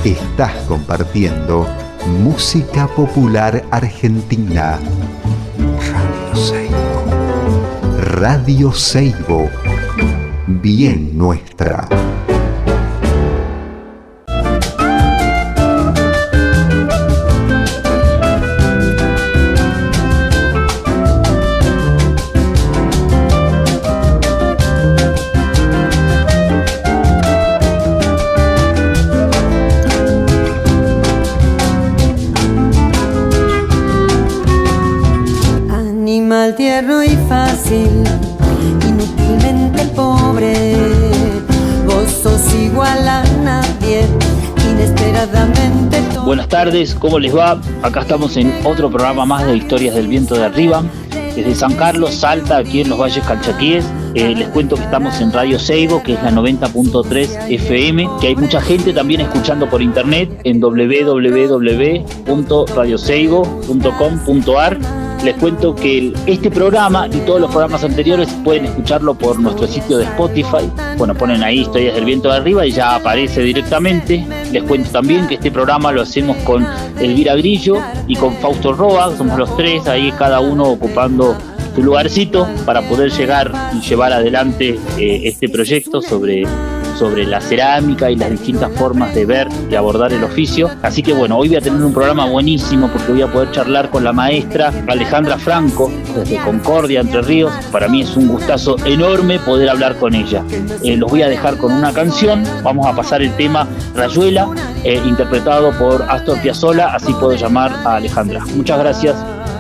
Estás compartiendo música popular argentina. Radio Seibo. Radio Seibo. Bien nuestra. Tierno y fácil, inútilmente pobre, vos sos igual a nadie, inesperadamente. Buenas tardes, ¿cómo les va? Acá estamos en otro programa más de Historias del Viento de Arriba, desde San Carlos, Salta, aquí en los Valles Calchaquíes. Les cuento que estamos en Radio Seibo, que es la 90.3 FM, que hay mucha gente también escuchando por internet en www.radioseibo.com.ar. Les cuento que este programa y todos los programas anteriores pueden escucharlo por nuestro sitio de Spotify. Bueno, ponen ahí Historias del Viento de Arriba y ya aparece directamente. Les cuento también que este programa lo hacemos con Elvira Grillo y con Fausto Roa. Somos los tres ahí, cada uno ocupando su lugarcito para poder llegar y llevar adelante este proyecto sobre la cerámica y las distintas formas de ver y abordar el oficio. Así que bueno, hoy voy a tener un programa buenísimo porque voy a poder charlar con la maestra Alejandra Franco desde Concordia, Entre Ríos. Para mí es un gustazo enorme poder hablar con ella. Los voy a dejar con una canción. Vamos a pasar el tema Rayuela, interpretado por Astor Piazzolla, así puedo llamar a Alejandra. Muchas gracias.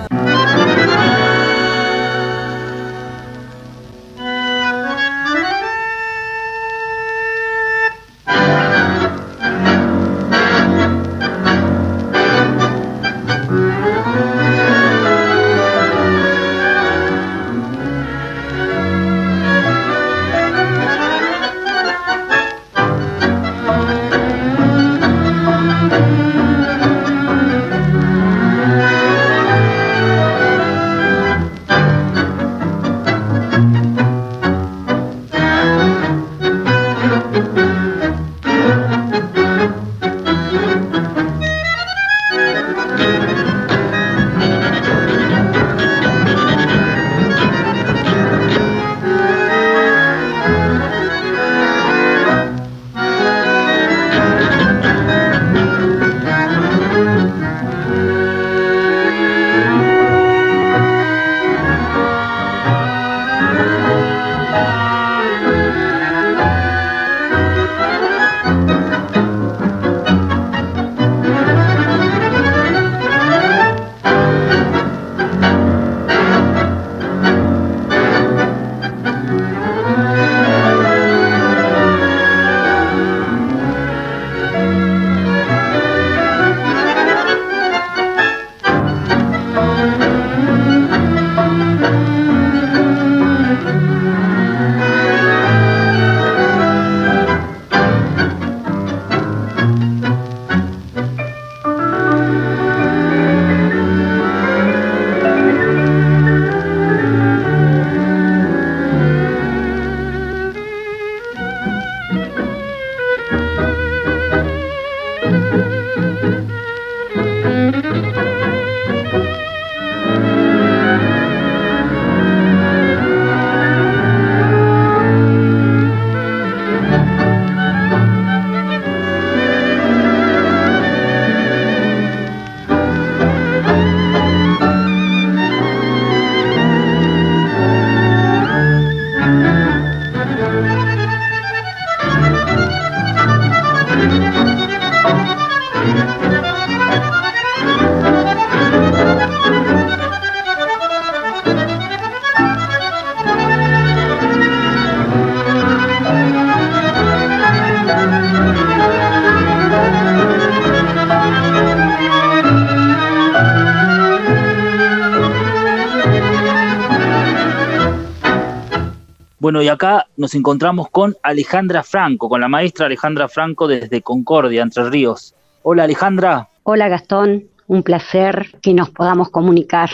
Bueno, y acá nos encontramos con Alejandra Franco, con la maestra Alejandra Franco desde Concordia, Entre Ríos. Hola, Alejandra. Hola, Gastón. Un placer que nos podamos comunicar.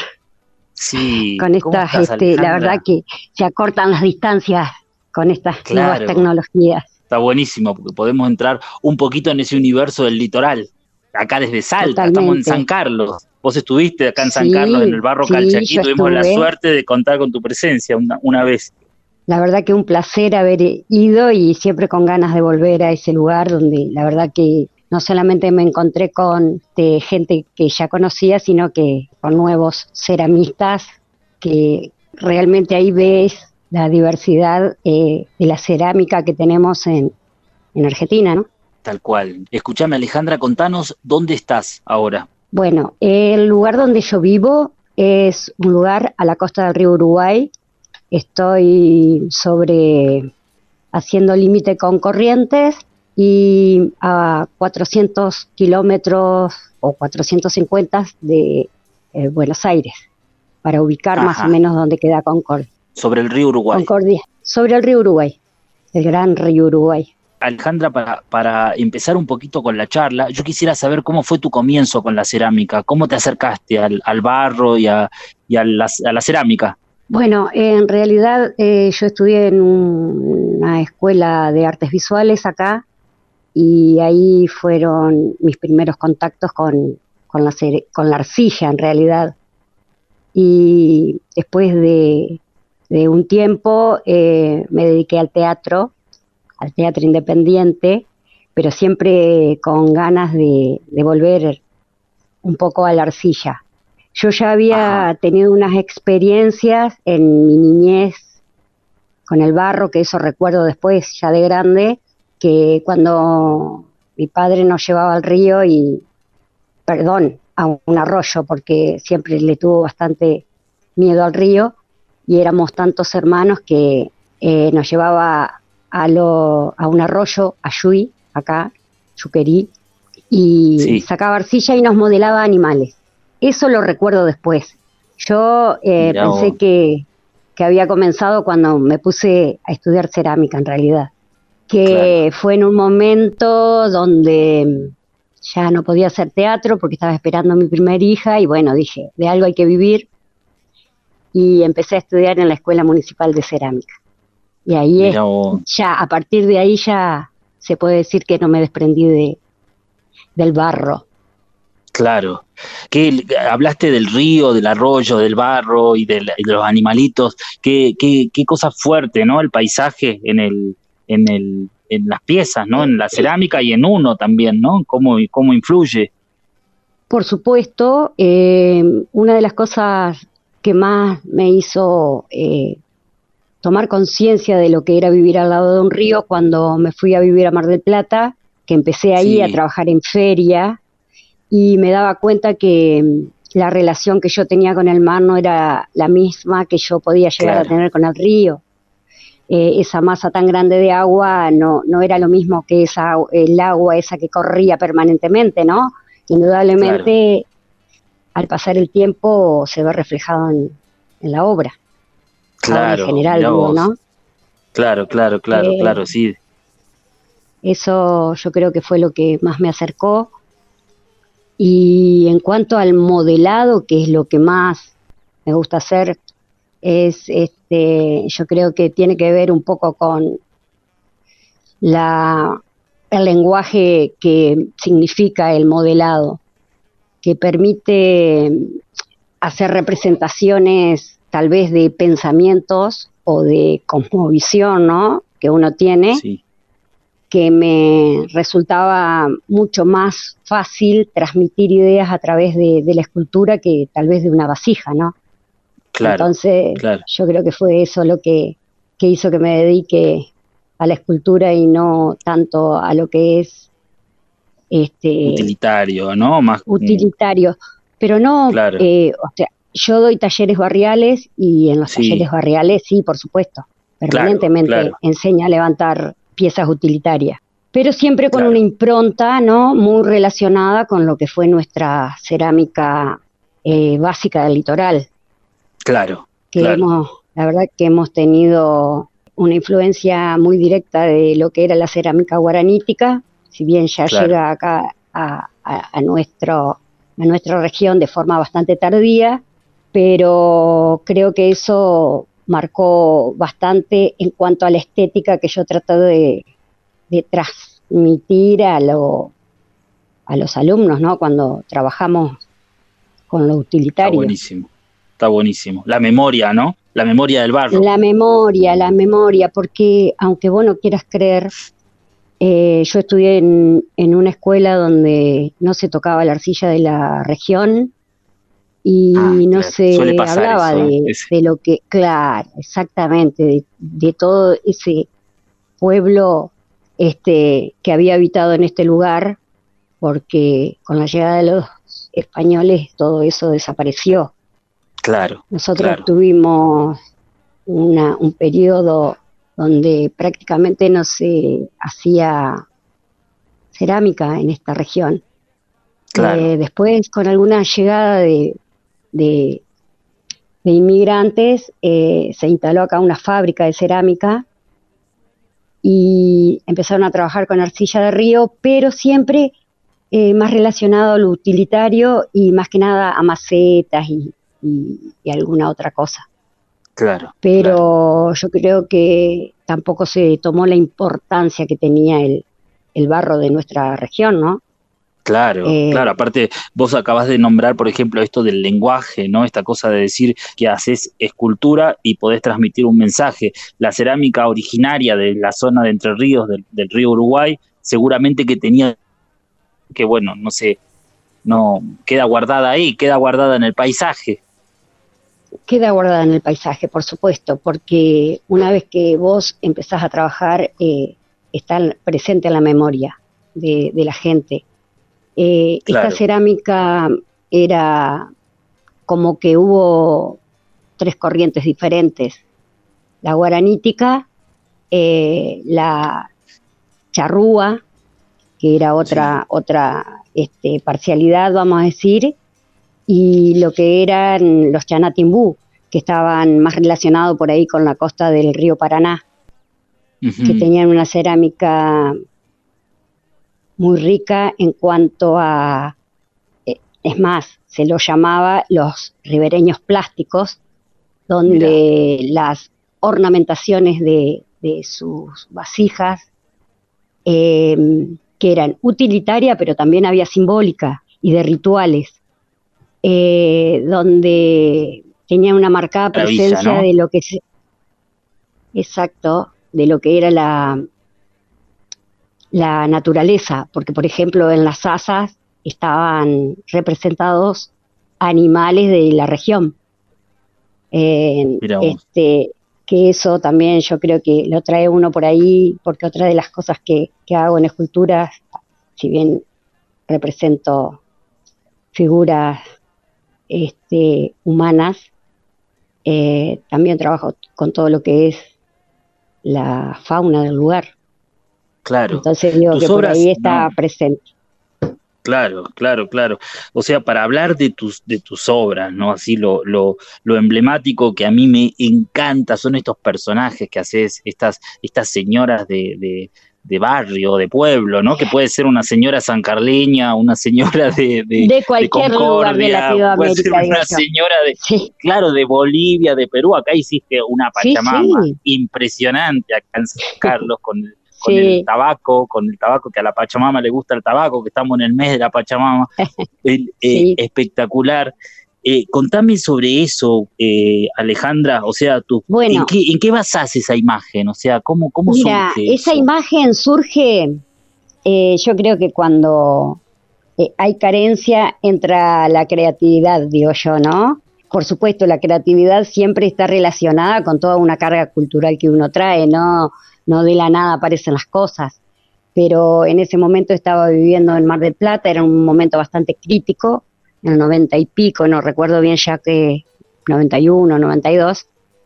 Sí. Con estas, la verdad que se acortan las distancias con estas nuevas tecnologías. Está buenísimo, porque podemos entrar un poquito en ese universo del litoral. Acá desde Salta, estamos en San Carlos. Vos estuviste acá en San Carlos, en el Barro Calchaquí, tuvimos la suerte de contar con tu presencia una vez. La verdad que un placer haber ido y siempre con ganas de volver a ese lugar donde la verdad que no solamente me encontré con gente que ya conocía, sino que con nuevos ceramistas, que realmente ahí ves la diversidad de la cerámica que tenemos en Argentina, ¿no? Tal cual. Escuchame, Alejandra, contanos dónde estás ahora. Bueno, el lugar donde yo vivo es un lugar a la costa del río Uruguay. Estoy haciendo límite con Corrientes y a 400 kilómetros o 450 de Buenos Aires, para ubicar más o menos dónde queda Concordia. Sobre el río Uruguay. Concordia, sobre el río Uruguay, el gran río Uruguay. Alejandra, para empezar un poquito con la charla, yo quisiera saber cómo fue tu comienzo con la cerámica, cómo te acercaste al barro y a la cerámica. Bueno, en realidad yo estudié en una escuela de artes visuales acá y ahí fueron mis primeros contactos con la arcilla en realidad. Y después de un tiempo me dediqué al teatro independiente, pero siempre con ganas de volver un poco a la arcilla. Yo ya había tenido unas experiencias en mi niñez con el barro, que eso recuerdo después, ya de grande, que cuando mi padre nos llevaba al río a un arroyo, porque siempre le tuvo bastante miedo al río, y éramos tantos hermanos que nos llevaba a un arroyo, a Yui, acá, Yuquerí, y sacaba arcilla y nos modelaba animales. Eso lo recuerdo después. Yo pensé que había comenzado cuando me puse a estudiar cerámica, en realidad. Que fue en un momento donde ya no podía hacer teatro porque estaba esperando a mi primer hija y bueno, dije, de algo hay que vivir. Y empecé a estudiar en la Escuela Municipal de Cerámica. Y ahí ya, a partir de ahí ya se puede decir que no me desprendí del barro. Claro. Que hablaste del río, del arroyo, del barro y de los animalitos. Qué cosa fuerte, ¿no? El paisaje en las piezas, ¿no? En la cerámica y en uno también, ¿no? Cómo influye. Por supuesto, una de las cosas que más me hizo tomar conciencia de lo que era vivir al lado de un río cuando me fui a vivir a Mar del Plata, que empecé ahí a trabajar en feria, y me daba cuenta que la relación que yo tenía con el mar no era la misma que yo podía llegar a tener con el río. Esa masa tan grande de agua no era lo mismo que el agua esa que corría permanentemente, ¿no? Indudablemente, al pasar el tiempo se ve reflejado en la obra. Claro, en general, digo, ¿no? Claro, sí. Eso yo creo que fue lo que más me acercó. Y en cuanto al modelado, que es lo que más me gusta hacer, yo creo que tiene que ver un poco con el lenguaje que significa el modelado, que permite hacer representaciones tal vez de pensamientos o de cosmovisión, ¿no?, que uno tiene, que me resultaba mucho más fácil transmitir ideas a través de la escultura que tal vez de una vasija, ¿no? Entonces, yo creo que fue eso lo que hizo que me dedique a la escultura y no tanto a lo que es utilitario, ¿no? Más utilitario. Pero no, o sea, yo doy talleres barriales y en los talleres barriales, sí, por supuesto, permanentemente enseño a levantar piezas utilitarias, pero siempre con una impronta, ¿no?, muy relacionada con lo que fue nuestra cerámica básica del litoral. La verdad que hemos tenido una influencia muy directa de lo que era la cerámica guaranítica, si bien ya llega acá a nuestra región de forma bastante tardía, pero creo que eso marcó bastante en cuanto a la estética que yo trato de de transmitir a los alumnos, ¿no? Cuando trabajamos con lo utilitario. Está buenísimo. La memoria, ¿no? La memoria del barro. La memoria, porque aunque vos no quieras creer, yo estudié en una escuela donde no se tocaba la arcilla de la región y no se hablaba de lo que, claro, exactamente, de todo ese pueblo que había habitado en este lugar, porque con la llegada de los españoles todo eso desapareció. Claro. Nosotros tuvimos un periodo donde prácticamente no se hacía cerámica en esta región. Claro. Después, con alguna llegada de inmigrantes, se instaló acá una fábrica de cerámica y empezaron a trabajar con arcilla de río, pero siempre más relacionado a lo utilitario y más que nada a macetas y alguna otra cosa. Claro. Pero yo creo que tampoco se tomó la importancia que tenía el barro de nuestra región, ¿no? Claro, aparte vos acabás de nombrar, por ejemplo, esto del lenguaje, ¿no? Esta cosa de decir que haces escultura y podés transmitir un mensaje. La cerámica originaria de la zona de Entre Ríos, del río Uruguay, seguramente que tenía que, bueno, no sé, no queda guardada ahí, queda guardada en el paisaje. Queda guardada en el paisaje, por supuesto, porque una vez que vos empezás a trabajar, está presente en la memoria de la gente. Esta cerámica era como que hubo 3 corrientes diferentes: la guaranítica, la charrúa, que era otra parcialidad, vamos a decir, y lo que eran los chanatimbú, que estaban más relacionados por ahí con la costa del río Paraná, que tenían una cerámica muy rica en cuanto a, es más, se lo llamaba los ribereños plásticos, donde las ornamentaciones de sus vasijas, que eran utilitarias, pero también había simbólica y de rituales, donde tenía una marcada presencia, ¿no?, de lo que de lo que era la naturaleza, porque por ejemplo en las asas estaban representados animales de la región, que eso también yo creo que lo trae uno por ahí, porque otra de las cosas que hago en esculturas, si bien represento figuras humanas, también trabajo con todo lo que es la fauna del lugar. Claro. Entonces digo que por ahí está presente. Claro. O sea, para hablar de tus obras, ¿no? Así lo emblemático que a mí me encanta son estos personajes que haces, estas señoras de barrio, de pueblo, ¿no? Que puede ser una señora sancarleña, una señora de cualquier lugar de Latinoamérica, puede ser una señora de Bolivia, de Perú. Acá hiciste una Pachamama impresionante acá en San Carlos con el tabaco, que a la Pachamama le gusta el tabaco, que estamos en el mes de la Pachamama, espectacular. Contame sobre eso, Alejandra, o sea, ¿en qué basás esa imagen? O sea, ¿cómo mira, surge esa eso? imagen surge, yo creo que cuando hay carencia entra la creatividad, digo yo, ¿no? Por supuesto, la creatividad siempre está relacionada con toda una carga cultural que uno trae, no de la nada aparecen las cosas, pero en ese momento estaba viviendo en Mar del Plata, era un momento bastante crítico, en el 90 y pico, no recuerdo bien ya que 91, 92,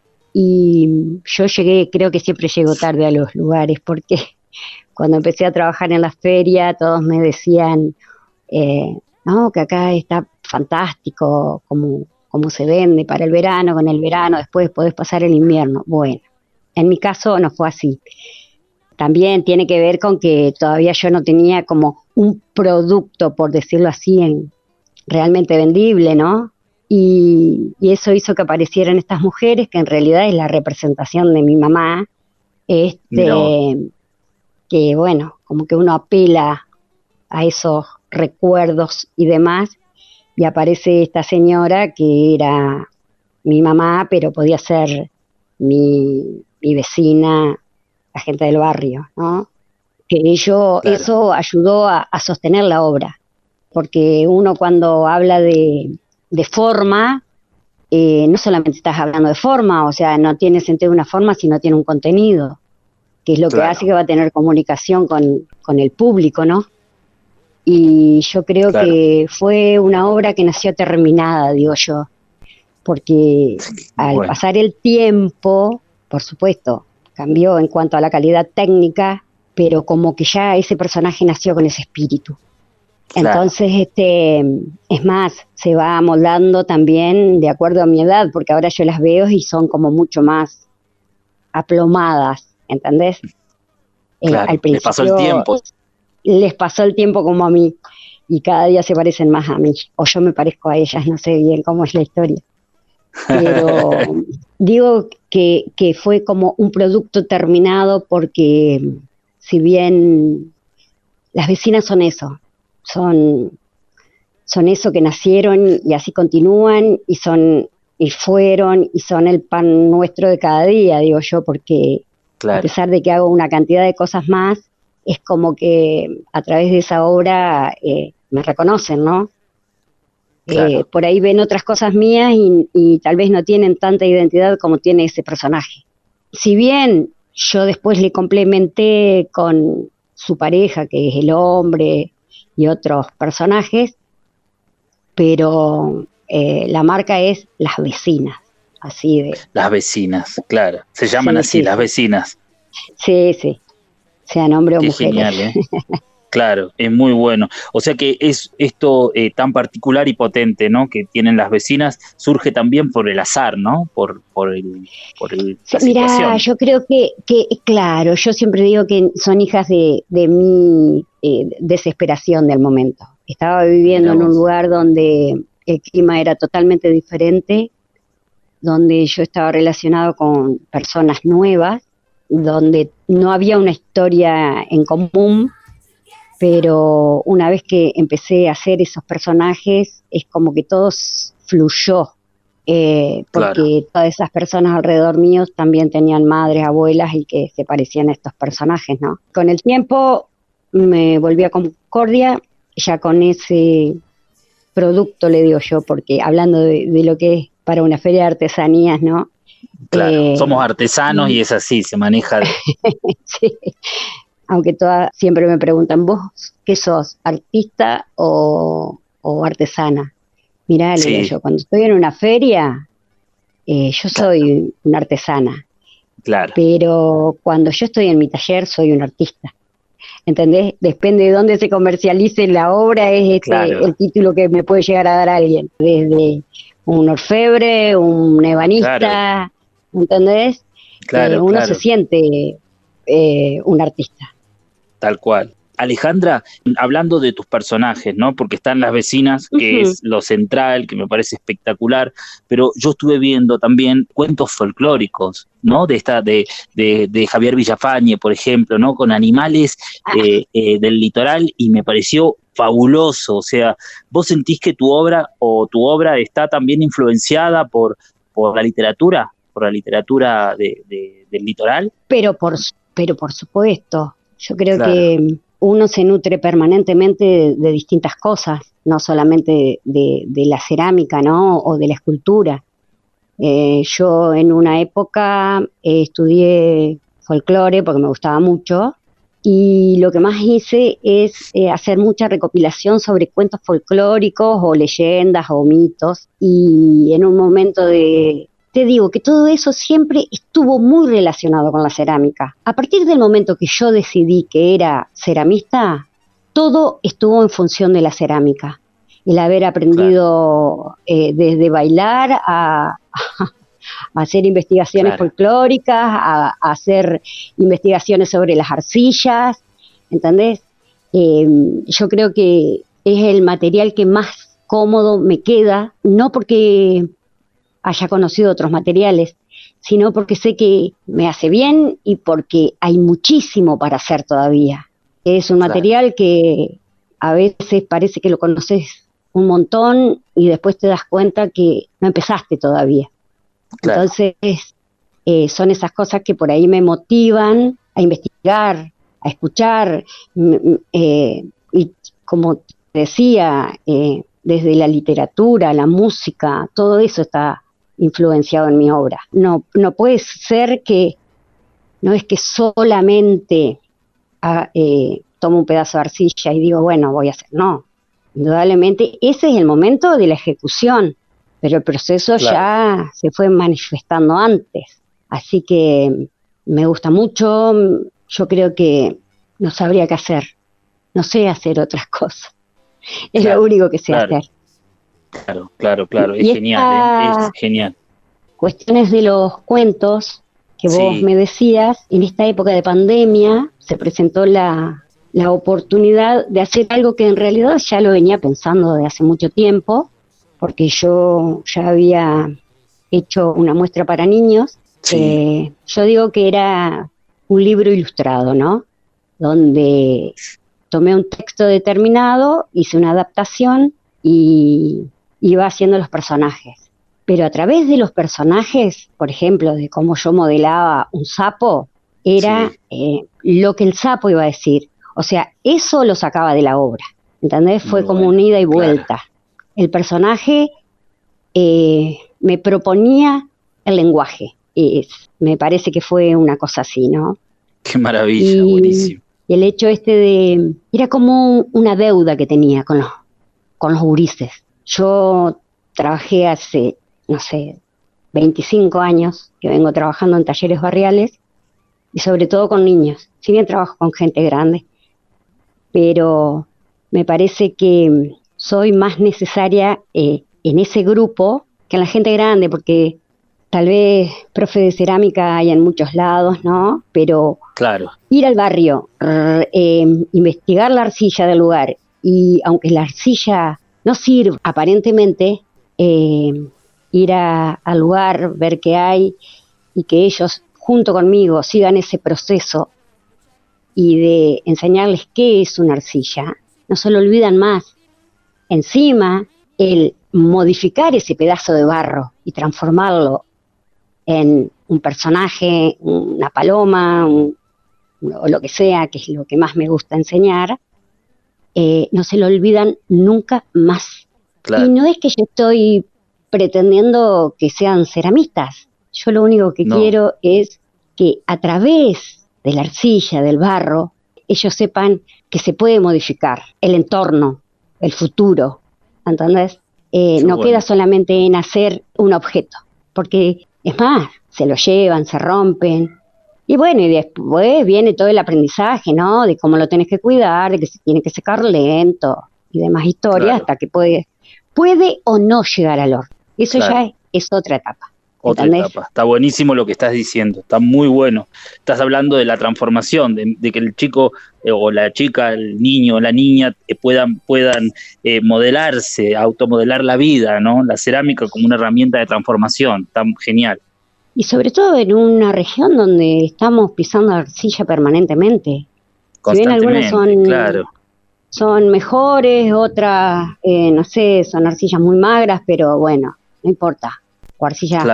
y yo creo que siempre llego tarde a los lugares, porque cuando empecé a trabajar en la feria todos me decían, no, que acá está fantástico, como se vende para el verano, con el verano después podés pasar el invierno. Bueno, en mi caso no fue así. También tiene que ver con que todavía yo no tenía como un producto, por decirlo así, realmente vendible, ¿no? Y eso hizo que aparecieran estas mujeres, que en realidad es la representación de mi mamá, que que bueno, como que uno apela a esos recuerdos y demás, y aparece esta señora que era mi mamá, pero podía ser mi vecina, la gente del barrio, ¿no? Que eso ayudó a sostener la obra, porque uno cuando habla de forma, no solamente estás hablando de forma, o sea, no tiene sentido una forma si no tiene un contenido, que es lo que hace que va a tener comunicación con el público, ¿no? Y yo creo que fue una obra que nació terminada, digo yo, porque al pasar el tiempo, por supuesto, cambió en cuanto a la calidad técnica, pero como que ya ese personaje nació con ese espíritu. Entonces, es más, se va amoldando también de acuerdo a mi edad, porque ahora yo las veo y son como mucho más aplomadas, ¿entendés? Al principio, les pasó el tiempo. Les pasó el tiempo como a mí, y cada día se parecen más a mí, o yo me parezco a ellas, no sé bien cómo es la historia. Pero digo que fue como un producto terminado porque si bien las vecinas son eso, son eso que nacieron y así continúan y fueron y son el pan nuestro de cada día, digo yo, porque a pesar de que hago una cantidad de cosas más, es como que a través de esa obra me reconocen, ¿no? Por ahí ven otras cosas mías y tal vez no tienen tanta identidad como tiene ese personaje. Si bien yo después le complementé con su pareja, que es el hombre, y otros personajes, pero la marca es Las Vecinas, así de... Las Vecinas, claro, se llaman así, Las Vecinas. Sí, sean hombres o mujeres. Genial, ¿eh? Claro, es muy bueno. O sea que es esto tan particular y potente, ¿no? Que tienen Las Vecinas, surge también por el azar, ¿no? Por la Mirá, yo creo que claro, yo siempre digo que son hijas de mi desesperación del momento. Estaba viviendo en un lugar donde el clima era totalmente diferente, donde yo estaba relacionado con personas nuevas, donde no había una historia en común, pero una vez que empecé a hacer esos personajes, es como que todo fluyó, porque todas esas personas alrededor mío también tenían madres, abuelas y que se parecían a estos personajes, ¿no? Con el tiempo me volví a Concordia, ya con ese producto, le digo yo, porque hablando de lo que es para una feria de artesanías, ¿no? Claro, somos artesanos y es así, se maneja. Sí, aunque todas siempre me preguntan, ¿vos qué sos, artista o artesana? Mirá, le digo yo, cuando estoy en una feria, yo soy una artesana. Claro. Pero cuando yo estoy en mi taller, soy un artista. ¿Entendés? Depende de dónde se comercialice la obra, es el título que me puede llegar a dar alguien. Desde un orfebre, un ebanista, ¿entendés? Uno se siente un artista. Tal cual. Alejandra, hablando de tus personajes, ¿no? Porque están Las Vecinas, que es lo central, que me parece espectacular, pero yo estuve viendo también cuentos folclóricos, ¿no? De Javier Villafañe, por ejemplo, ¿no? Con animales del litoral, y me pareció fabuloso. O sea, ¿vos sentís que tu obra está también influenciada por la literatura? ¿Por la literatura del litoral? Pero por supuesto, yo creo que uno se nutre permanentemente de distintas cosas, no solamente de la cerámica, ¿no? O de la escultura. Yo en una época estudié folclore porque me gustaba mucho, y lo que más hice es hacer mucha recopilación sobre cuentos folclóricos o leyendas o mitos, y en un momento te digo que todo eso siempre estuvo muy relacionado con la cerámica. A partir del momento que yo decidí que era ceramista, todo estuvo en función de la cerámica. El haber aprendido desde bailar a hacer investigaciones folclóricas, a hacer investigaciones sobre las arcillas, ¿entendés? Yo creo que es el material que más cómodo me queda, no porque haya conocido otros materiales, sino porque sé que me hace bien y porque hay muchísimo para hacer todavía. Es un material que a veces parece que lo conoces un montón y después te das cuenta que no empezaste todavía. Claro. Entonces, son esas cosas que por ahí me motivan a investigar, a escuchar, y como te decía, desde la literatura, la música, todo eso está influenciado en mi obra. No puede ser que, no es que solamente tomo un pedazo de arcilla y digo, bueno, voy a hacer, no. Indudablemente ese es el momento de la ejecución, pero el proceso ya se fue manifestando antes. Así que me gusta mucho, yo creo que no sabría qué hacer, no sé hacer otras cosas, es lo único que sé hacer. Claro, es genial, es genial. Cuestiones de los cuentos que vos me decías, en esta época de pandemia se presentó la oportunidad de hacer algo que en realidad ya lo venía pensando de hace mucho tiempo, porque yo ya había hecho una muestra para niños. Yo digo que era un libro ilustrado, ¿no? Donde tomé un texto determinado, hice una adaptación y iba haciendo los personajes. Pero a través de los personajes, por ejemplo, de cómo yo modelaba un sapo, era lo que el sapo iba a decir. O sea, eso lo sacaba de la obra, ¿entendés? Fue como una ida y vuelta. Claro. El personaje me proponía el lenguaje. Me parece que fue una cosa así, ¿no? Qué maravilla, buenísimo. Y el hecho era como una deuda que tenía con los gurises. Yo trabajé hace, no sé, 25 años que vengo trabajando en talleres barriales y sobre todo con niños. Si bien trabajo con gente grande, pero me parece que soy más necesaria en ese grupo que en la gente grande, porque tal vez profe de cerámica hay en muchos lados, ¿no? Pero ir al barrio, investigar la arcilla del lugar, y aunque la arcilla no sirve aparentemente, ir al lugar, ver qué hay, y que ellos junto conmigo sigan ese proceso, y de enseñarles qué es una arcilla, no se lo olvidan más. Encima, el modificar ese pedazo de barro y transformarlo en un personaje, una paloma, o lo que sea, que es lo que más me gusta enseñar, no se lo olvidan nunca más. Claro. Y no es que yo estoy pretendiendo que sean ceramistas, yo lo único que quiero es que a través de la arcilla, del barro, ellos sepan que se puede modificar el entorno, el futuro, ¿entendés? No queda solamente en hacer un objeto, porque es más, se lo llevan, se rompen, y bueno, y después viene todo el aprendizaje, ¿no? De cómo lo tenés que cuidar, de que se tiene que secar lento, y demás historias, hasta que puede o no llegar al horno. Eso ya es otra etapa. Otra etapa. Está buenísimo lo que estás diciendo, está muy bueno. Estás hablando de la transformación, de que el chico o la chica, el niño o la niña puedan modelarse, automodelar la vida, ¿no? La cerámica como una herramienta de transformación, está genial. Y sobre todo en una región donde estamos pisando arcilla permanentemente. Si bien algunas son mejores, otras, no sé, son arcillas muy magras, pero bueno, no importa. O arcilla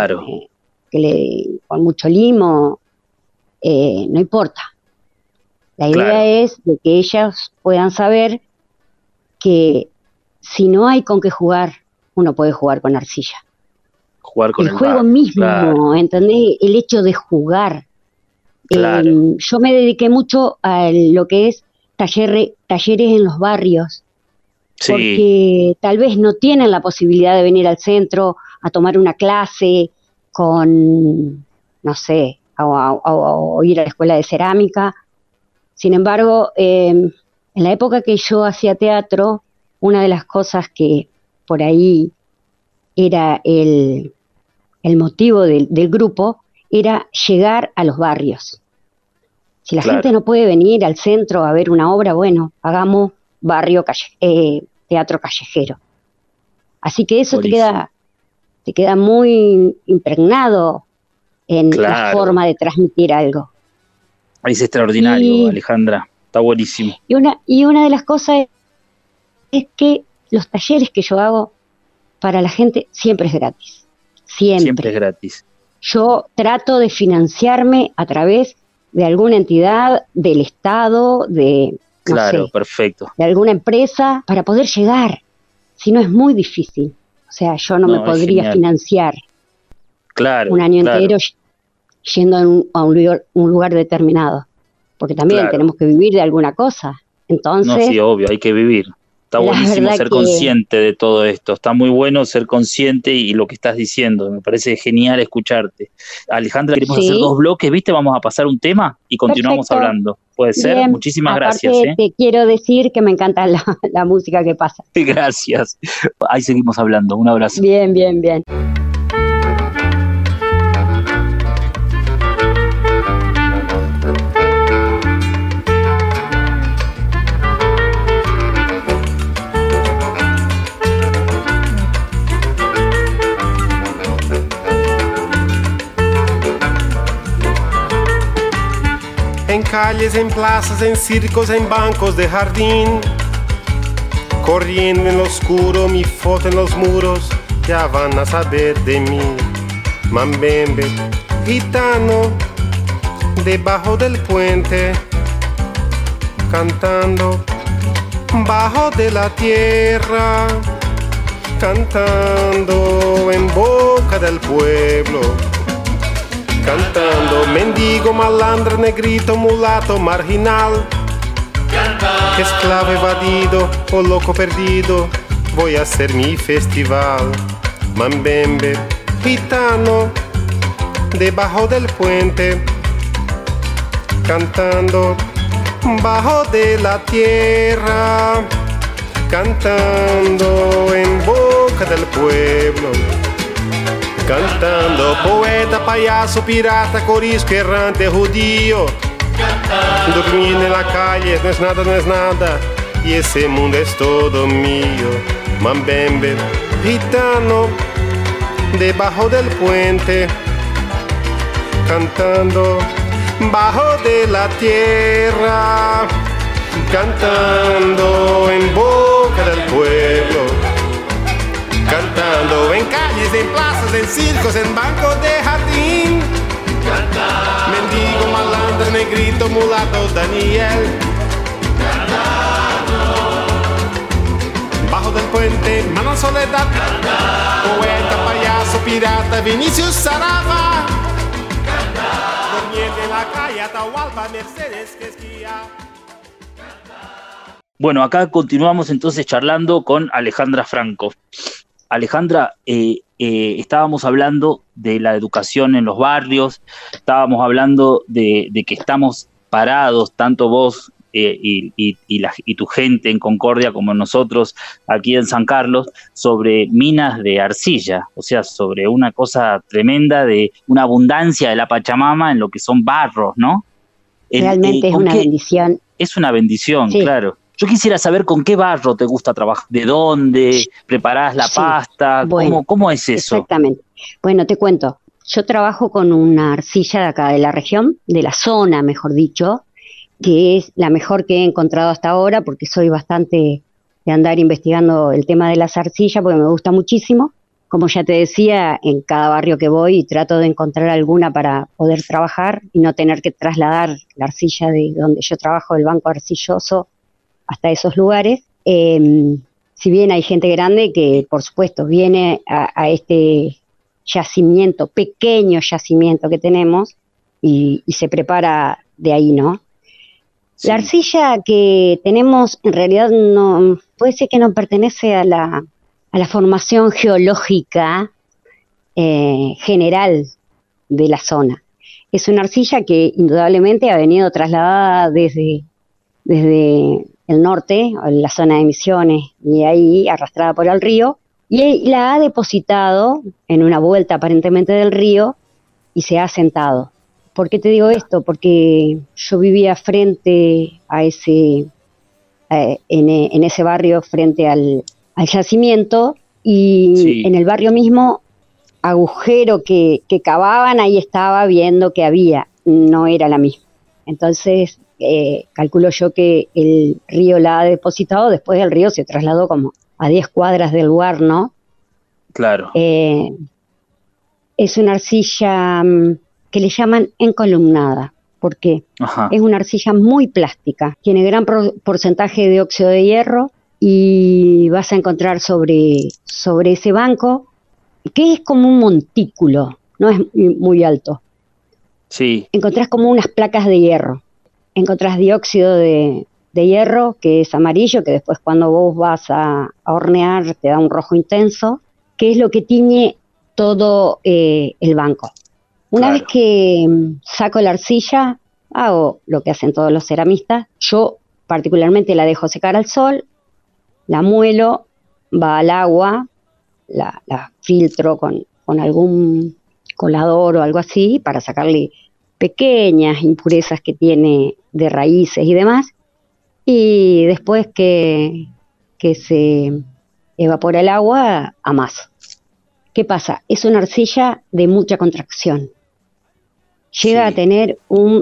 con mucho limo, no importa. La idea es de que ellas puedan saber que si no hay con qué jugar, uno puede jugar con arcilla. Jugar con el juego mismo, ¿entendés? El hecho de jugar. Yo me dediqué mucho a lo que es talleres en los barrios, porque tal vez no tienen la posibilidad de venir al centro a tomar una clase con, no sé, o ir a la escuela de cerámica. Sin embargo, en la época que yo hacía teatro, una de las cosas que por ahí era el motivo del grupo era llegar a los barrios. Si la gente no puede venir al centro a ver una obra, bueno, hagamos teatro callejero. Así que eso te queda muy impregnado en la forma de transmitir algo. Es extraordinario, Alejandra, está buenísimo. Y una de las cosas es que los talleres que yo hago para la gente siempre es gratis. Siempre es gratis. Yo trato de financiarme a través de alguna entidad, del Estado, perfecto. De alguna empresa, para poder llegar. Si no, es muy difícil. O sea, yo no me podría financiar un año entero yendo a un lugar determinado. Porque también tenemos que vivir de alguna cosa. Entonces, no, sí, obvio, hay que vivir. Está buenísimo ser consciente de todo esto. Está muy bueno ser consciente y lo que estás diciendo. Me parece genial escucharte. Alejandra, queremos hacer 2 bloques, ¿viste? Vamos a pasar un tema y continuamos hablando. ¿Puede ser? Bien. Muchísimas gracias. Te quiero decir que me encanta la música que pasa. Gracias. Ahí seguimos hablando. Un abrazo. Bien, bien, bien. En calles, en plazas, en circos, en bancos de jardín, corriendo en lo oscuro, mi foto en los muros, ya van a saber de mí. Mambembe, gitano, debajo del puente, cantando, bajo de la tierra, cantando en boca del pueblo. Cantando, mendigo, malandro, negrito, mulato, marginal, esclavo evadido o loco perdido, voy a hacer mi festival. Mambembe, gitano, debajo del puente, cantando, bajo de la tierra, cantando en boca del pueblo. Cantando, poeta, payaso, pirata, corisco, errante, judío. Durmiendo en la calle, no es nada, y ese mundo es todo mío. Mambembe, gitano, debajo del puente, cantando, bajo de la tierra, cantando en boca del pueblo. Cantando en calles, en plazas, en circos, en bancos de jardín. Cantando. Mendigo, malandro, negrito, mulato, Daniel. Cantando. Bajo del puente, mano soledad. Cantando. Poeta, payaso, pirata, Vinicius Sarava. Cantando. Durmiendo en la calle, Atahualpa, Mercedes, que esquía. Bueno, acá continuamos entonces charlando con Alejandra Franco. Alejandra, estábamos hablando de la educación en los barrios, estábamos hablando de que estamos parados, tanto vos y tu gente en Concordia como nosotros aquí en San Carlos, sobre minas de arcilla, o sea, sobre una cosa tremenda de una abundancia de la Pachamama en lo que son barros, ¿no? Realmente es una bendición. Es una bendición, sí. Claro. Yo quisiera saber con qué barro te gusta trabajar, de dónde preparás la pasta, bueno, ¿cómo es eso? Exactamente. Bueno, te cuento. Yo trabajo con una arcilla de acá de la región, de la zona, mejor dicho, que es la mejor que he encontrado hasta ahora, porque soy bastante de andar investigando el tema de las arcillas, porque me gusta muchísimo. Como ya te decía, en cada barrio que voy trato de encontrar alguna para poder trabajar y no tener que trasladar la arcilla de donde yo trabajo, del banco arcilloso, hasta esos lugares. Si bien hay gente grande que, por supuesto, viene a este yacimiento, pequeño yacimiento que tenemos, y se prepara de ahí, ¿no? Sí. La arcilla que tenemos, en realidad, no puede ser que no pertenece a la formación geológica general de la zona. Es una arcilla que, indudablemente, ha venido trasladada desde el norte, la zona de Misiones, y ahí arrastrada por el río, y la ha depositado en una vuelta aparentemente del río y se ha asentado. ¿Por qué te digo esto? Porque yo vivía frente a en ese barrio, frente al yacimiento, y sí. En el barrio mismo agujero que cavaban, ahí estaba viendo que había, no era la misma. Entonces, calculo yo que el río la ha depositado, después el río se trasladó como a 10 cuadras del lugar, ¿no? Claro. Es una arcilla que le llaman encolumnada. ¿Por qué? Ajá. Es una arcilla muy plástica, tiene gran porcentaje de óxido de hierro y vas a encontrar sobre ese banco, que es como un montículo, no es muy alto. Sí. Encontrás como unas placas de hierro, encontrás dióxido de hierro, que es amarillo, que después cuando vos vas a hornear te da un rojo intenso, que es lo que tiñe todo el banco. Una vez que saco la arcilla, hago lo que hacen todos los ceramistas. Yo particularmente la dejo secar al sol, la muelo, va al agua, la filtro con algún colador o algo así para sacarle pequeñas impurezas que tiene de raíces y demás. Y después que se evapora el agua, amaso. ¿Qué pasa? Es una arcilla de mucha contracción. Llega a tener un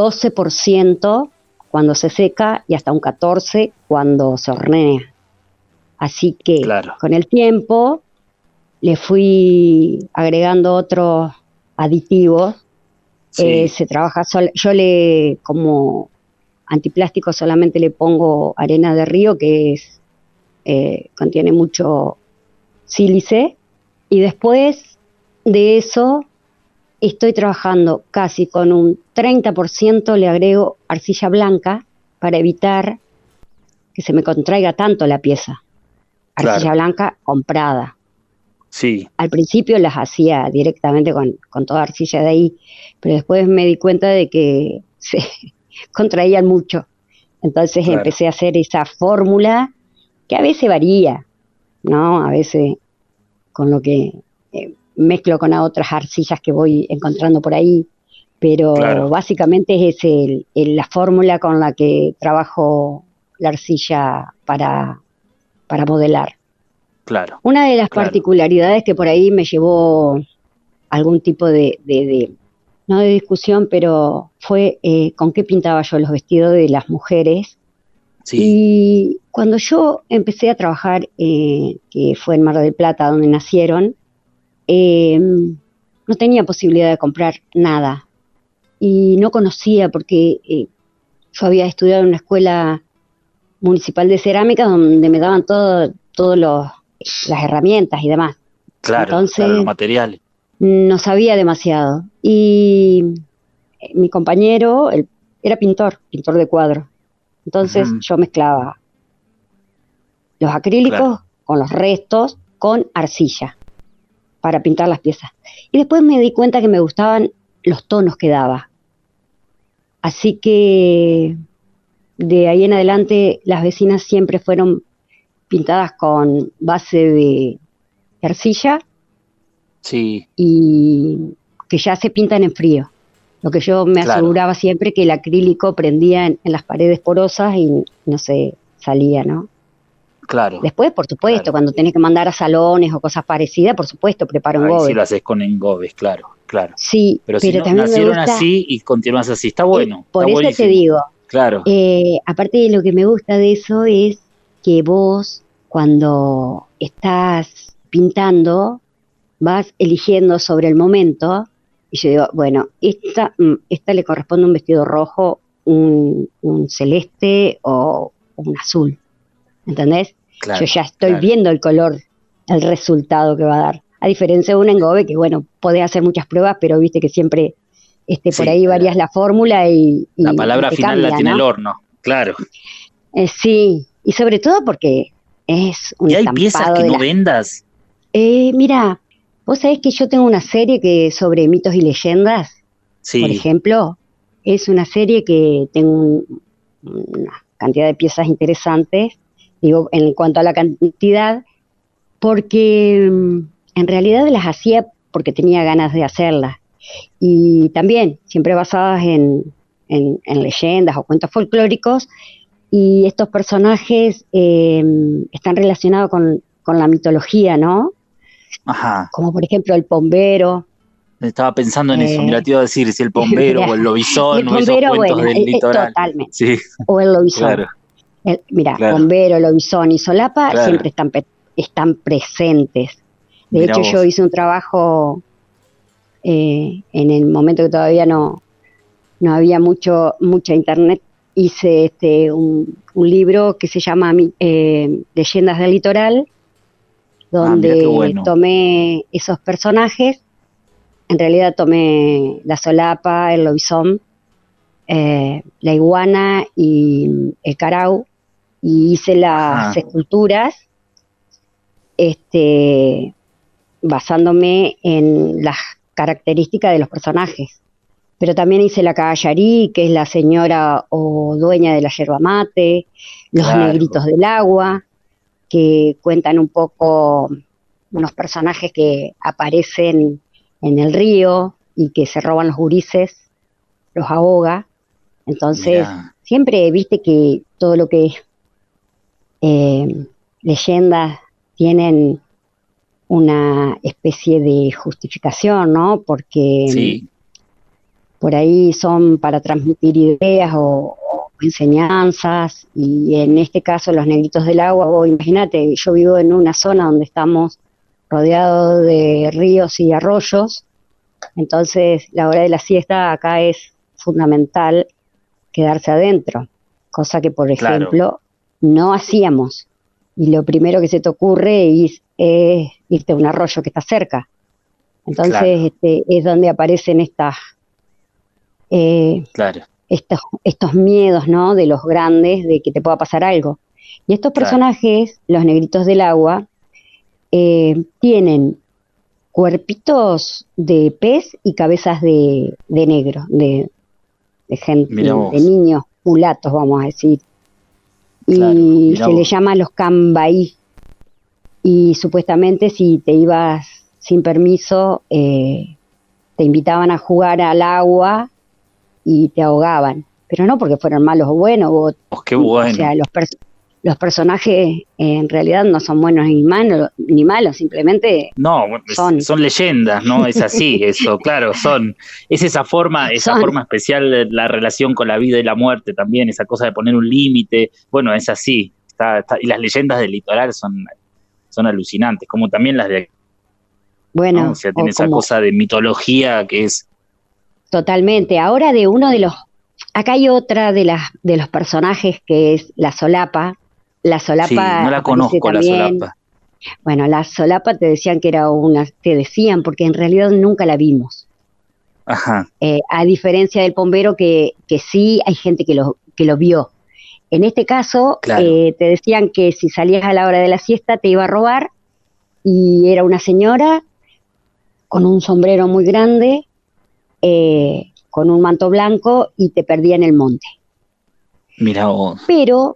12% cuando se seca y hasta un 14% cuando se hornea. Así que con el tiempo le fui agregando otros aditivos. Se trabaja yo como antiplástico solamente le pongo arena de río, que contiene mucho sílice, y después de eso estoy trabajando casi con un 30%, le agrego arcilla blanca para evitar que se me contraiga tanto la pieza. Arcilla blanca comprada. Sí. Al principio las hacía directamente con toda arcilla de ahí, pero después me di cuenta de que se contraían mucho. Entonces empecé a hacer esa fórmula que a veces varía, ¿no? A veces con lo que mezclo con otras arcillas que voy encontrando por ahí, pero básicamente es la fórmula con la que trabajo la arcilla para modelar. Claro. Una de las particularidades que por ahí me llevó algún tipo no de discusión, pero fue con qué pintaba yo los vestidos de las mujeres. Sí. Y cuando yo empecé a trabajar, que fue en Mar del Plata, donde nacieron, no tenía posibilidad de comprar nada. Y no conocía, porque yo había estudiado en una escuela municipal de cerámica donde me daban todas las herramientas y demás. Claro, entonces, los materiales. No sabía demasiado. Y mi compañero era pintor de cuadros. Entonces yo mezclaba los acrílicos con los restos, con arcilla, para pintar las piezas. Y después me di cuenta que me gustaban los tonos que daba. Así que de ahí en adelante las vecinas siempre fueron pintadas con base de arcilla. Sí. Y que ya se pintan en frío. Lo que yo me aseguraba siempre que el acrílico prendía en las paredes porosas y no se salía, ¿no? Claro. Después, por supuesto, cuando tenés que mandar a salones o cosas parecidas, por supuesto, preparo engobes. Sí, lo haces con engobes, claro. Sí, pero si no, también nacieron me gusta, así y continúas así, está bueno. Por está eso buenísimo. te digo. Claro. Aparte de lo que me gusta de eso es que vos, cuando estás pintando, vas eligiendo sobre el momento. Y yo digo, bueno, esta le corresponde un vestido rojo, un celeste o un azul. ¿Entendés? Yo ya estoy viendo el color, el resultado que va a dar. A diferencia de un engobe que, bueno, podés hacer muchas pruebas, pero viste que siempre por ahí varías la fórmula y la palabra final cambia, la tiene, ¿no?, el horno, claro. Sí, y sobre todo porque es un estampado. ¿Y hay piezas que no vendas? Mira, vos sabés que yo tengo una serie sobre mitos y leyendas, por ejemplo. Es una serie que tengo una cantidad de piezas interesantes, digo, en cuanto a la cantidad, porque en realidad las hacía porque tenía ganas de hacerlas. Y también, siempre basadas en leyendas o cuentos folclóricos, y estos personajes están relacionados con la mitología, ¿no? Ajá. como por ejemplo el pombero. Estaba pensando en eso, mira, te iba a decir si el pombero o el lobizón El o esos pombero, cuentos bueno, del litoral. totalmente. Sí, O el lobizón. claro, Mira, claro, pombero, lobizón y solapa claro. siempre están presentes. De Mirá hecho, vos. yo hice un trabajo en el momento que todavía no había mucha internet. Hice un libro que se llama Leyendas del Litoral, Mirá qué donde bueno. tomé esos personajes. En realidad tomé la solapa, el lobizón, la iguana y el carao, y hice las Ajá. esculturas basándome en las características de los personajes. Pero también hice la caballarí, que es la señora o dueña de la yerba mate, los Claro, negritos del agua, que cuentan un poco unos personajes que aparecen en el río y que se roban los gurises, los ahoga. Entonces, mirá, siempre viste que todo lo que es leyendas tienen una especie de justificación, ¿no? Porque sí, por ahí son para transmitir ideas o enseñanzas, y en este caso los negritos del agua, vos imagínate, yo vivo en una zona donde estamos rodeados de ríos y arroyos, entonces la hora de la siesta acá es fundamental quedarse adentro, cosa que por claro, ejemplo no hacíamos, y lo primero que se te ocurre es irte a un arroyo que está cerca. Entonces claro, es donde aparecen eh, claro, estos miedos, ¿no? De los grandes, de que te pueda pasar algo. Y estos claro. personajes, los negritos del agua, tienen cuerpitos de pez y cabezas de negro, Mirá de vos, niños mulatos, vamos a decir. claro, Y mirá se les vos. llama los cambaí. Y supuestamente si te ibas sin permiso, te invitaban a jugar al agua y te ahogaban, pero no porque fueran malos o buenos, Qué o sea, bueno. los personajes en realidad no son buenos ni malos, simplemente No, bueno, son, son leyendas, ¿no? Es así, eso, claro, es esa son, forma especial de la relación con la vida y la muerte también, esa cosa de poner un límite, bueno, es así, y las leyendas del litoral son alucinantes, como también las de, ¿no? O bueno, sea, tiene o esa como cosa de mitología que es, totalmente. Ahora de uno de los, acá hay otra de los personajes que es la solapa. La sí, solapa no la aparece conozco la también. solapa. Bueno, la solapa te decían que era te decían porque en realidad nunca la vimos. Ajá, A diferencia del pombero que sí hay gente que lo vio. En este caso, claro, te decían que si salías a la hora de la siesta te iba a robar, y era una señora con un sombrero muy grande, con un manto blanco, y te perdía en el monte. mira vos, Pero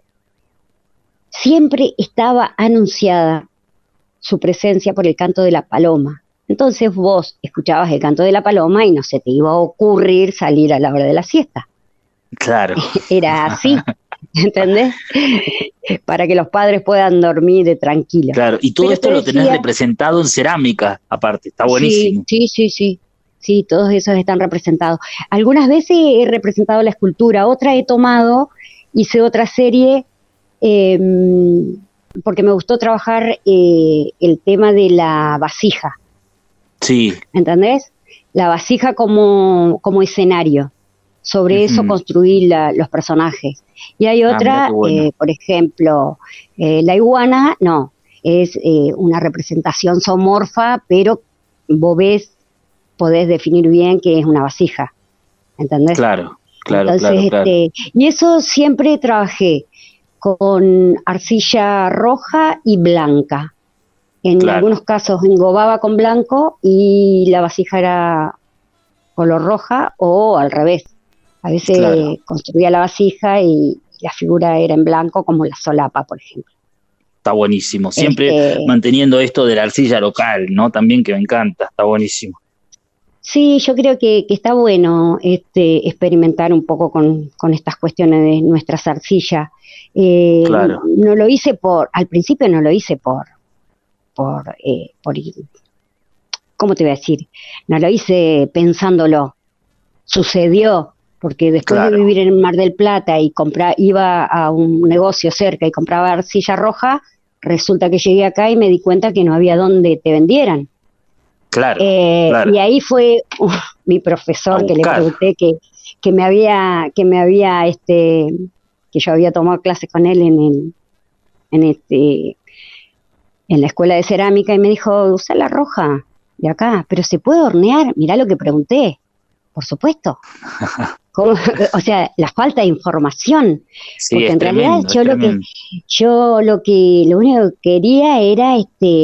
siempre estaba anunciada su presencia por el canto de la paloma. Entonces vos escuchabas el canto de la paloma y no se te iba a ocurrir salir a la hora de la siesta. claro, Era así, ¿entendés? Para que los padres puedan dormir tranquilos. claro, y todo Pero te esto lo tenés decía, representado en cerámica, aparte, está sí, buenísimo. sí, sí, sí, sí, todos esos están representados. Algunas veces he representado la escultura, otra he tomado, hice otra serie, eh, porque me gustó trabajar el tema de la vasija, Sí, ¿entendés? La vasija como escenario. Sobre eso ujú. construir los personajes. Y hay Mirá qué otra, bueno, por ejemplo, la iguana, no, es una representación zoomorfa, pero vos podés definir bien que es una vasija, ¿entendés? claro, claro, Entonces, claro, claro, y eso siempre trabajé con arcilla roja y blanca. En claro, algunos casos engobaba con blanco y la vasija era color roja, o al revés. A claro. veces construía la vasija y la figura era en blanco, como la solapa, por ejemplo. Está buenísimo. Siempre Este, manteniendo esto de la arcilla local, ¿no? También que me encanta, está buenísimo. sí, yo creo que está bueno experimentar un poco con estas cuestiones de nuestras arcillas. Claro, No lo hice al principio no lo hice por ¿cómo te voy a decir? No lo hice pensándolo, sucedió, porque después de vivir en Mar del Plata y iba a un negocio cerca y compraba arcilla roja, resulta que llegué acá y me di cuenta que no había donde te vendieran. Claro. Y ahí fue mi profesor que le pregunté que yo había tomado clases con él en la escuela de cerámica, y me dijo, usa la roja de acá, pero ¿se puede hornear? Mirá lo que pregunté. Por supuesto. O sea, la falta de información. Sí, porque en realidad lo único que quería era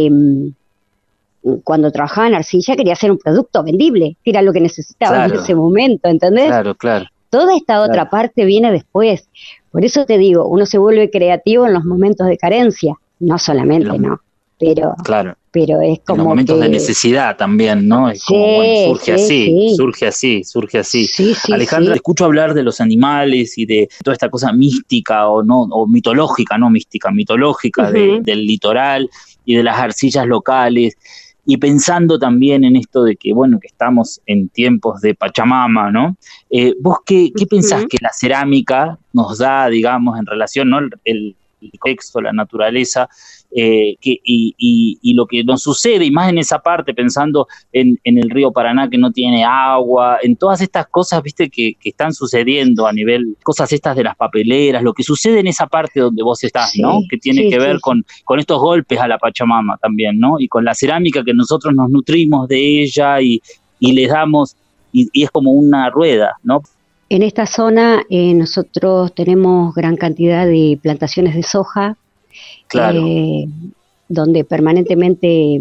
cuando trabajaba en arcilla quería hacer un producto vendible, que era lo que necesitaba en ese momento, ¿entendés? Claro. Toda esta otra parte viene después. Por eso te digo, uno se vuelve creativo en los momentos de carencia, no solamente, pero es como en los momentos de necesidad también, ¿no? Es como, bueno, surge así. Sí, Alejandra, te escucho hablar de los animales y de toda esta cosa mística o mitológica, no mística, mitológica del litoral y de las arcillas locales. Y pensando también en esto de que, bueno, que estamos en tiempos de Pachamama, ¿no? ¿Vos qué pensás que la cerámica nos da, digamos, en relación, ¿no? El contexto, la naturaleza, y lo que nos sucede, y más en esa parte, pensando en el río Paraná que no tiene agua, en todas estas cosas, viste, que están sucediendo a nivel, cosas estas de las papeleras, lo que sucede en esa parte donde vos estás, ¿no? Que tiene que ver con estos golpes a la Pachamama también, ¿no? Y con la cerámica que nosotros nos nutrimos de ella y les damos, y es como una rueda, ¿no? En esta zona nosotros tenemos gran cantidad de plantaciones de soja, donde permanentemente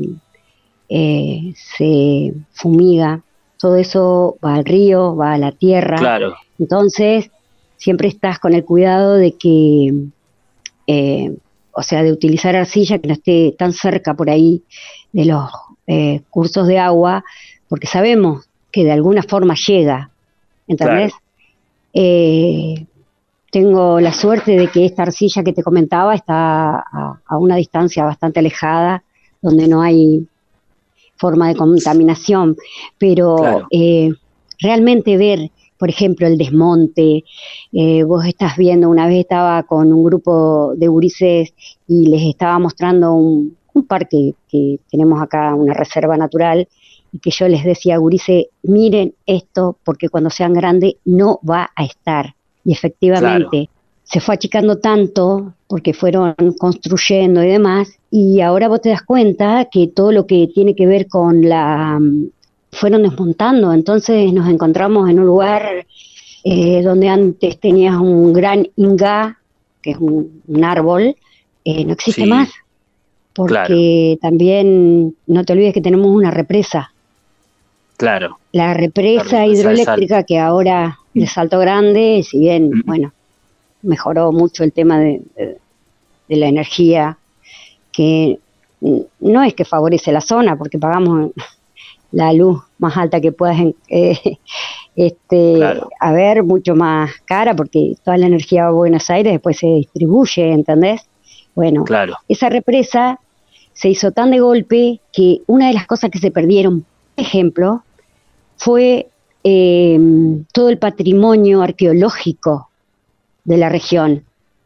se fumiga. Todo eso va al río, va a la tierra. Claro. Entonces, siempre estás con el cuidado de que, de utilizar arcilla que no esté tan cerca por ahí de los cursos de agua, porque sabemos que de alguna forma llega, ¿entendés? Claro. Tengo la suerte de que esta arcilla que te comentaba está a una distancia bastante alejada, donde no hay forma de contaminación, pero realmente ver, por ejemplo, el desmonte, vos estás viendo, una vez estaba con un grupo de gurises y les estaba mostrando un parque que tenemos acá, una reserva natural, y que yo les decía, gurises, miren esto, porque cuando sean grandes no va a estar. Y efectivamente, se fue achicando tanto, porque fueron construyendo y demás, y ahora vos te das cuenta que todo lo que tiene que ver con fueron desmontando. Entonces nos encontramos en un lugar donde antes tenías un gran ingá, que es un árbol, no existe más, porque también, no te olvides que tenemos una represa. Claro. La represa hidroeléctrica que ahora de Salto Grande, si bien, mejoró mucho el tema de la energía, que no es que favorece la zona, porque pagamos la luz más alta que puedas haber, mucho más cara, porque toda la energía va a Buenos Aires, después se distribuye, ¿entendés? Bueno, esa represa se hizo tan de golpe que una de las cosas que se perdieron, por ejemplo, fue todo el patrimonio arqueológico de la región.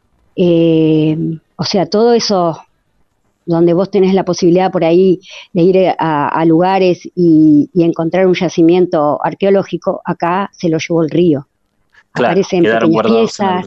Todo eso donde vos tenés la posibilidad por ahí de ir a lugares y encontrar un yacimiento arqueológico, acá se lo llevó el río. Aparecen pequeñas piezas.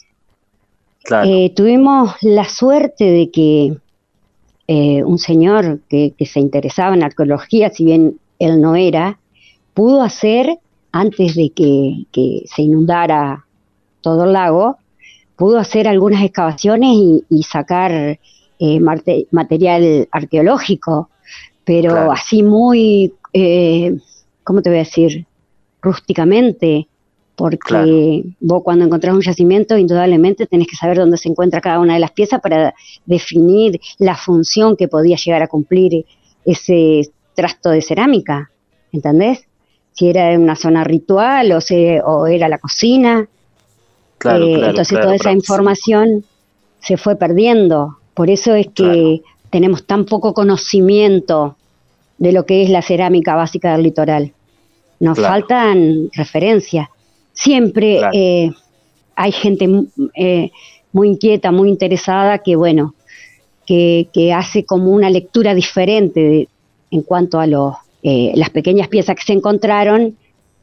Tuvimos la suerte de que un señor que se interesaba en arqueología, si bien él no era, pudo hacer, antes de que se inundara todo el lago, pudo hacer algunas excavaciones y sacar material arqueológico, pero así muy, ¿cómo te voy a decir? Rústicamente, porque vos cuando encontrás un yacimiento, indudablemente tenés que saber dónde se encuentra cada una de las piezas para definir la función que podía llegar a cumplir ese trasto de cerámica, ¿entendés? Si era en una zona ritual o era la cocina. Entonces toda esa información se fue perdiendo. Por eso es que tenemos tan poco conocimiento de lo que es la cerámica básica del litoral. Nos faltan referencias. Siempre hay gente muy inquieta, muy interesada, que bueno, que hace como una lectura diferente en cuanto a las pequeñas piezas que se encontraron,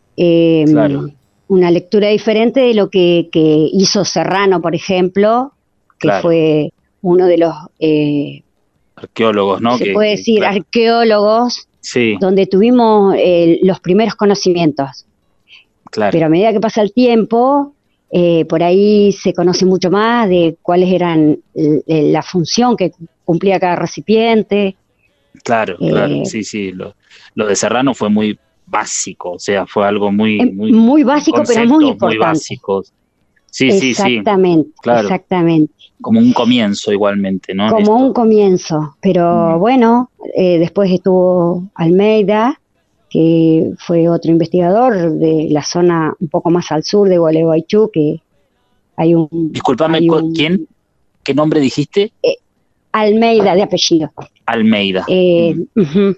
una lectura diferente de lo que hizo Serrano, por ejemplo, que fue uno de los arqueólogos, ¿no? Se puede decir arqueólogos, sí, donde tuvimos los primeros conocimientos. Claro. Pero a medida que pasa el tiempo, por ahí se conoce mucho más de cuáles eran la función que cumplía cada recipiente. Claro, sí. Lo de Serrano fue muy básico, o sea, fue algo muy básico, pero muy importante. Muy básico. Sí. Claro. Exactamente. Como un comienzo igualmente, ¿no? Como un comienzo, pero bueno, después estuvo Almeida, que fue otro investigador de la zona un poco más al sur de Gualeguaychú, que hay un... Disculpame, ¿quién? ¿Qué nombre dijiste? Almeida, de apellido. Almeida. Claro.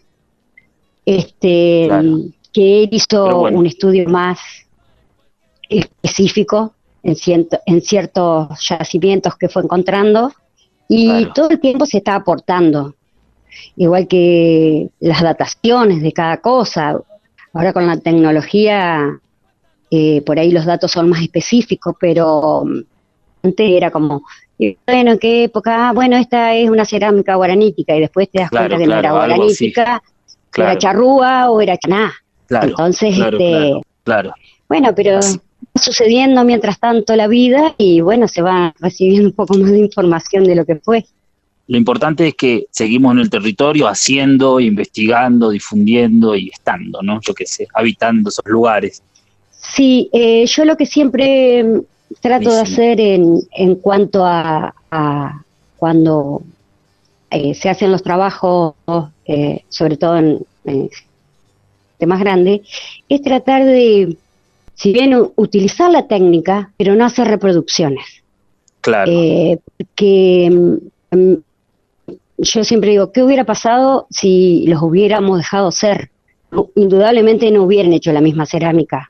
Que él hizo un estudio más específico en ciertos yacimientos que fue encontrando, y todo el tiempo se está aportando, igual que las dataciones de cada cosa. Ahora con la tecnología, por ahí los datos son más específicos, pero antes era como, bueno, ¿en qué época? Bueno, esta es una cerámica guaranítica, y después te das cuenta que no era guaranítica, era charrúa o era chaná. Entonces, bueno, pero va sucediendo mientras tanto la vida, y bueno, se va recibiendo un poco más de información de lo que fue. Lo importante es que seguimos en el territorio haciendo, investigando, difundiendo y estando, ¿no? Yo qué sé, habitando esos lugares. Sí, yo lo que siempre trato de hacer en cuanto a cuando se hacen los trabajos, sobre todo en más grande, es tratar de, si bien utilizar la técnica, pero no hacer reproducciones. Claro. Que yo siempre digo, ¿qué hubiera pasado si los hubiéramos dejado ser? Indudablemente no hubieran hecho la misma cerámica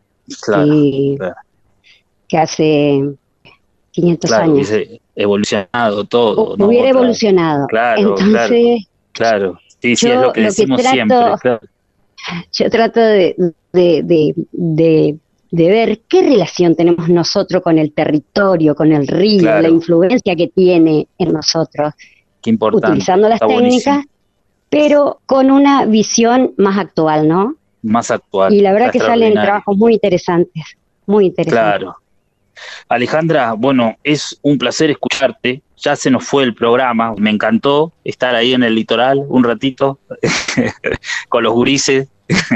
que hace 500 años. Hubiese evolucionado todo. ¿no? Hubiera evolucionado. Entonces, claro. Sí, es lo que decimos siempre. Claro. Yo trato de ver qué relación tenemos nosotros con el territorio, con el río, la influencia que tiene en nosotros. Qué importante. Utilizando las técnicas, pero con una visión más actual, ¿no? Más actual. Y la verdad que salen trabajos muy interesantes, muy interesantes. Claro. Alejandra, bueno, es un placer escucharte. Ya se nos fue el programa. Me encantó estar ahí en el litoral un ratito con los gurises.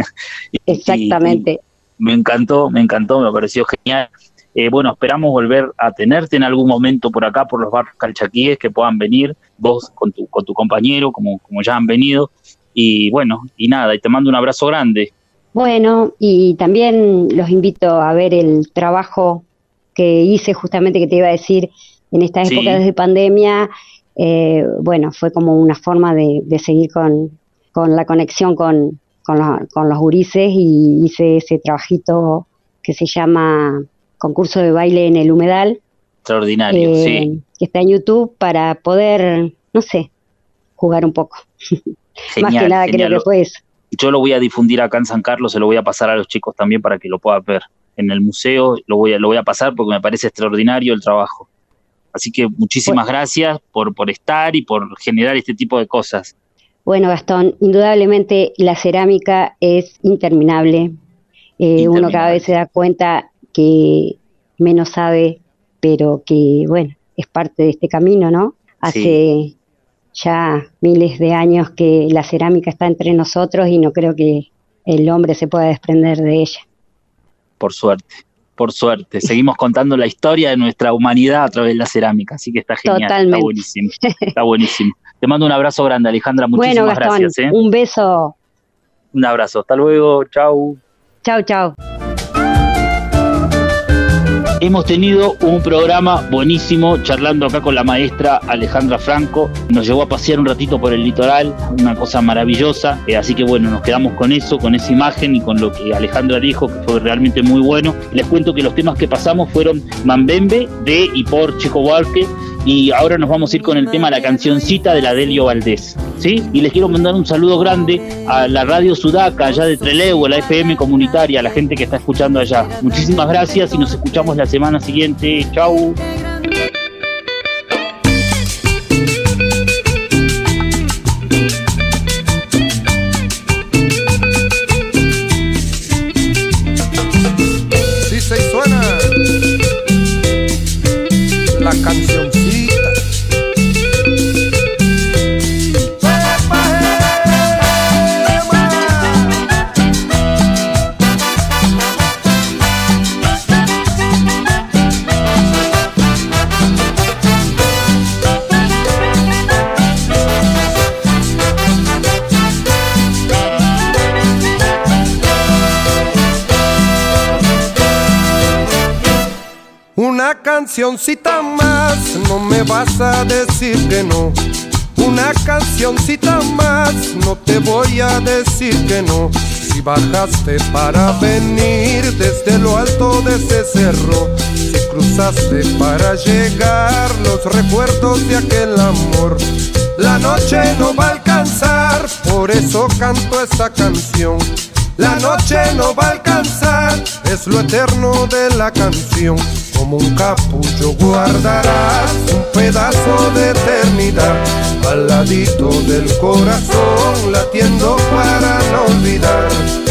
Exactamente. Y me encantó, me pareció genial. Bueno, esperamos volver a tenerte en algún momento por acá, por los barrios calchaquíes, que puedan venir, vos con tu compañero, como ya han venido. Y bueno, y nada, y te mando un abrazo grande. Bueno, y también los invito a ver el trabajo que hice, justamente, que te iba a decir, en esta época de pandemia. Bueno, fue como una forma de seguir con la conexión con los gurises, y hice ese trabajito que se llama Concurso de Baile en el Humedal. Extraordinario, sí. Que está en YouTube, para poder, no sé, jugar un poco. Genial, más que nada creo que fue eso. Yo lo voy a difundir acá en San Carlos, se lo voy a pasar a los chicos también para que lo puedan ver. En el museo lo voy a pasar porque me parece extraordinario el trabajo. Así que muchísimas gracias por estar y por generar este tipo de cosas. Bueno, Gastón, indudablemente la cerámica es interminable. Uno cada vez se da cuenta que menos sabe, pero que, bueno, es parte de este camino, ¿no? Hace ya miles de años que la cerámica está entre nosotros, y no creo que el hombre se pueda desprender de ella. Por suerte. Seguimos contando la historia de nuestra humanidad a través de la cerámica, así que está genial. Totalmente. Está buenísimo. Te mando un abrazo grande, Alejandra, muchísimas gracias. Un beso. Un abrazo, hasta luego, chau. Chau. Hemos tenido un programa buenísimo charlando acá con la maestra Alejandra Franco. Nos llevó a pasear un ratito por el litoral, una cosa maravillosa. Así que bueno, nos quedamos con eso, con esa imagen y con lo que Alejandra dijo, que fue realmente muy bueno. Les cuento que los temas que pasamos fueron Mambembe de y por Checo Buarque. Y ahora nos vamos a ir con el tema La Cancioncita de la Delio Valdés, ¿sí? Y les quiero mandar un saludo grande a la Radio Sudaca, allá de Trelew, a la FM comunitaria, a la gente que está escuchando allá. Muchísimas gracias y nos escuchamos la semana siguiente. Chau. Dice y suena la canción. Una cancioncita más, no me vas a decir que no. Una cancioncita más, no te voy a decir que no. Si bajaste para venir desde lo alto de ese cerro, si cruzaste para llegar los recuerdos de aquel amor, la noche no va a alcanzar, por eso canto esta canción. La noche no va a alcanzar, es lo eterno de la canción. Como un capullo guardarás un pedazo de eternidad al ladito del corazón, latiendo para no olvidar.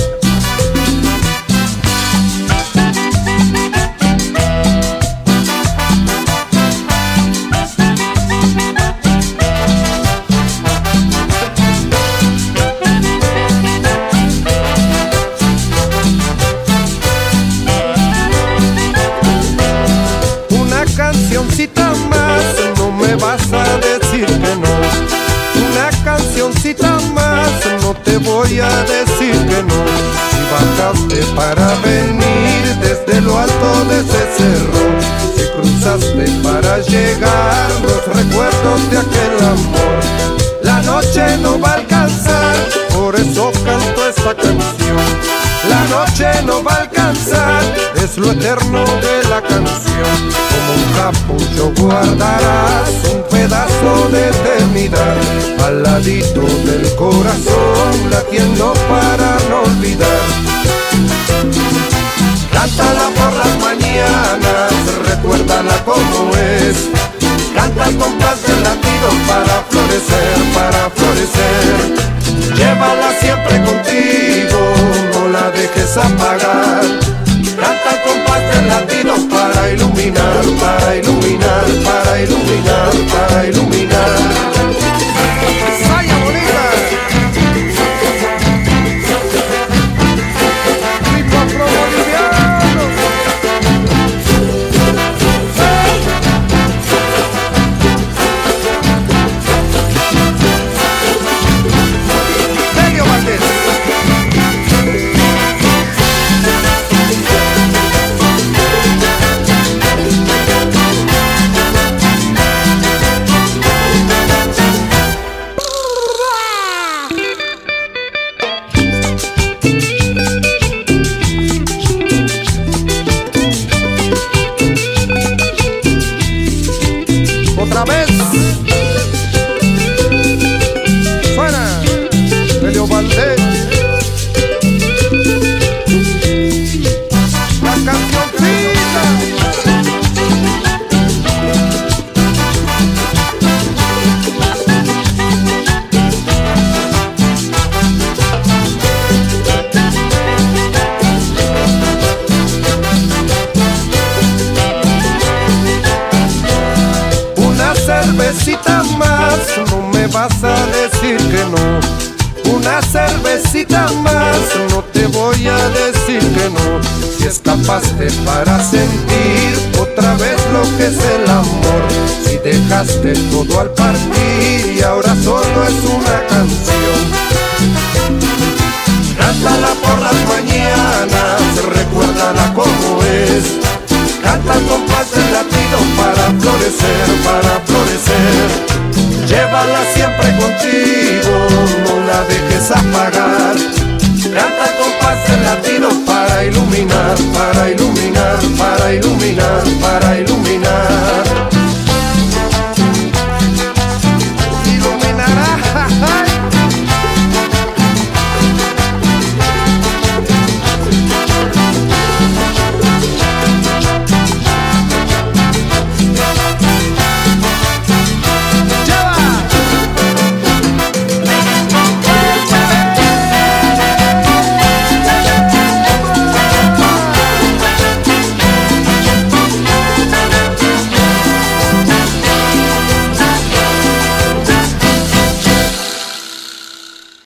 Cancioncita más, no me vas a decir que no. Una cancioncita más, no te voy a decir que no. Si bajaste para venir desde lo alto de ese cerro, si cruzaste para llegar los recuerdos de aquel amor, la noche no va a alcanzar, por eso canto esta canción. La noche no va a alcanzar, es lo eterno de la canción. Como un capullo guardarás un pedazo de eternidad al ladito del corazón, latiendo para no olvidar. Cántala por las mañanas, recuérdala como es. Canta al compás del latido para florecer, para florecer. Llévala siempre contigo, no la dejes apagar. Canta al compás del latido para iluminar, para iluminar, para iluminar, para iluminar. ¡Saya bonita! ¡Rico afro-boliviano! Delio Valdés. Otra vez suena Delio Valdés, la cancioncita. Cervecita más, no me vas a decir que no. Una cervecita más, no te voy a decir que no. Si escapaste para sentir otra vez lo que es el amor, si dejaste todo al partir y ahora solo es una canción. Cántala por las mañanas, recuérdala como es. Canta al compás del latido para florecer, para florecer. Llévala siempre contigo, no la dejes apagar. Canta al compás del latido para iluminar, para iluminar, para iluminar, para iluminar.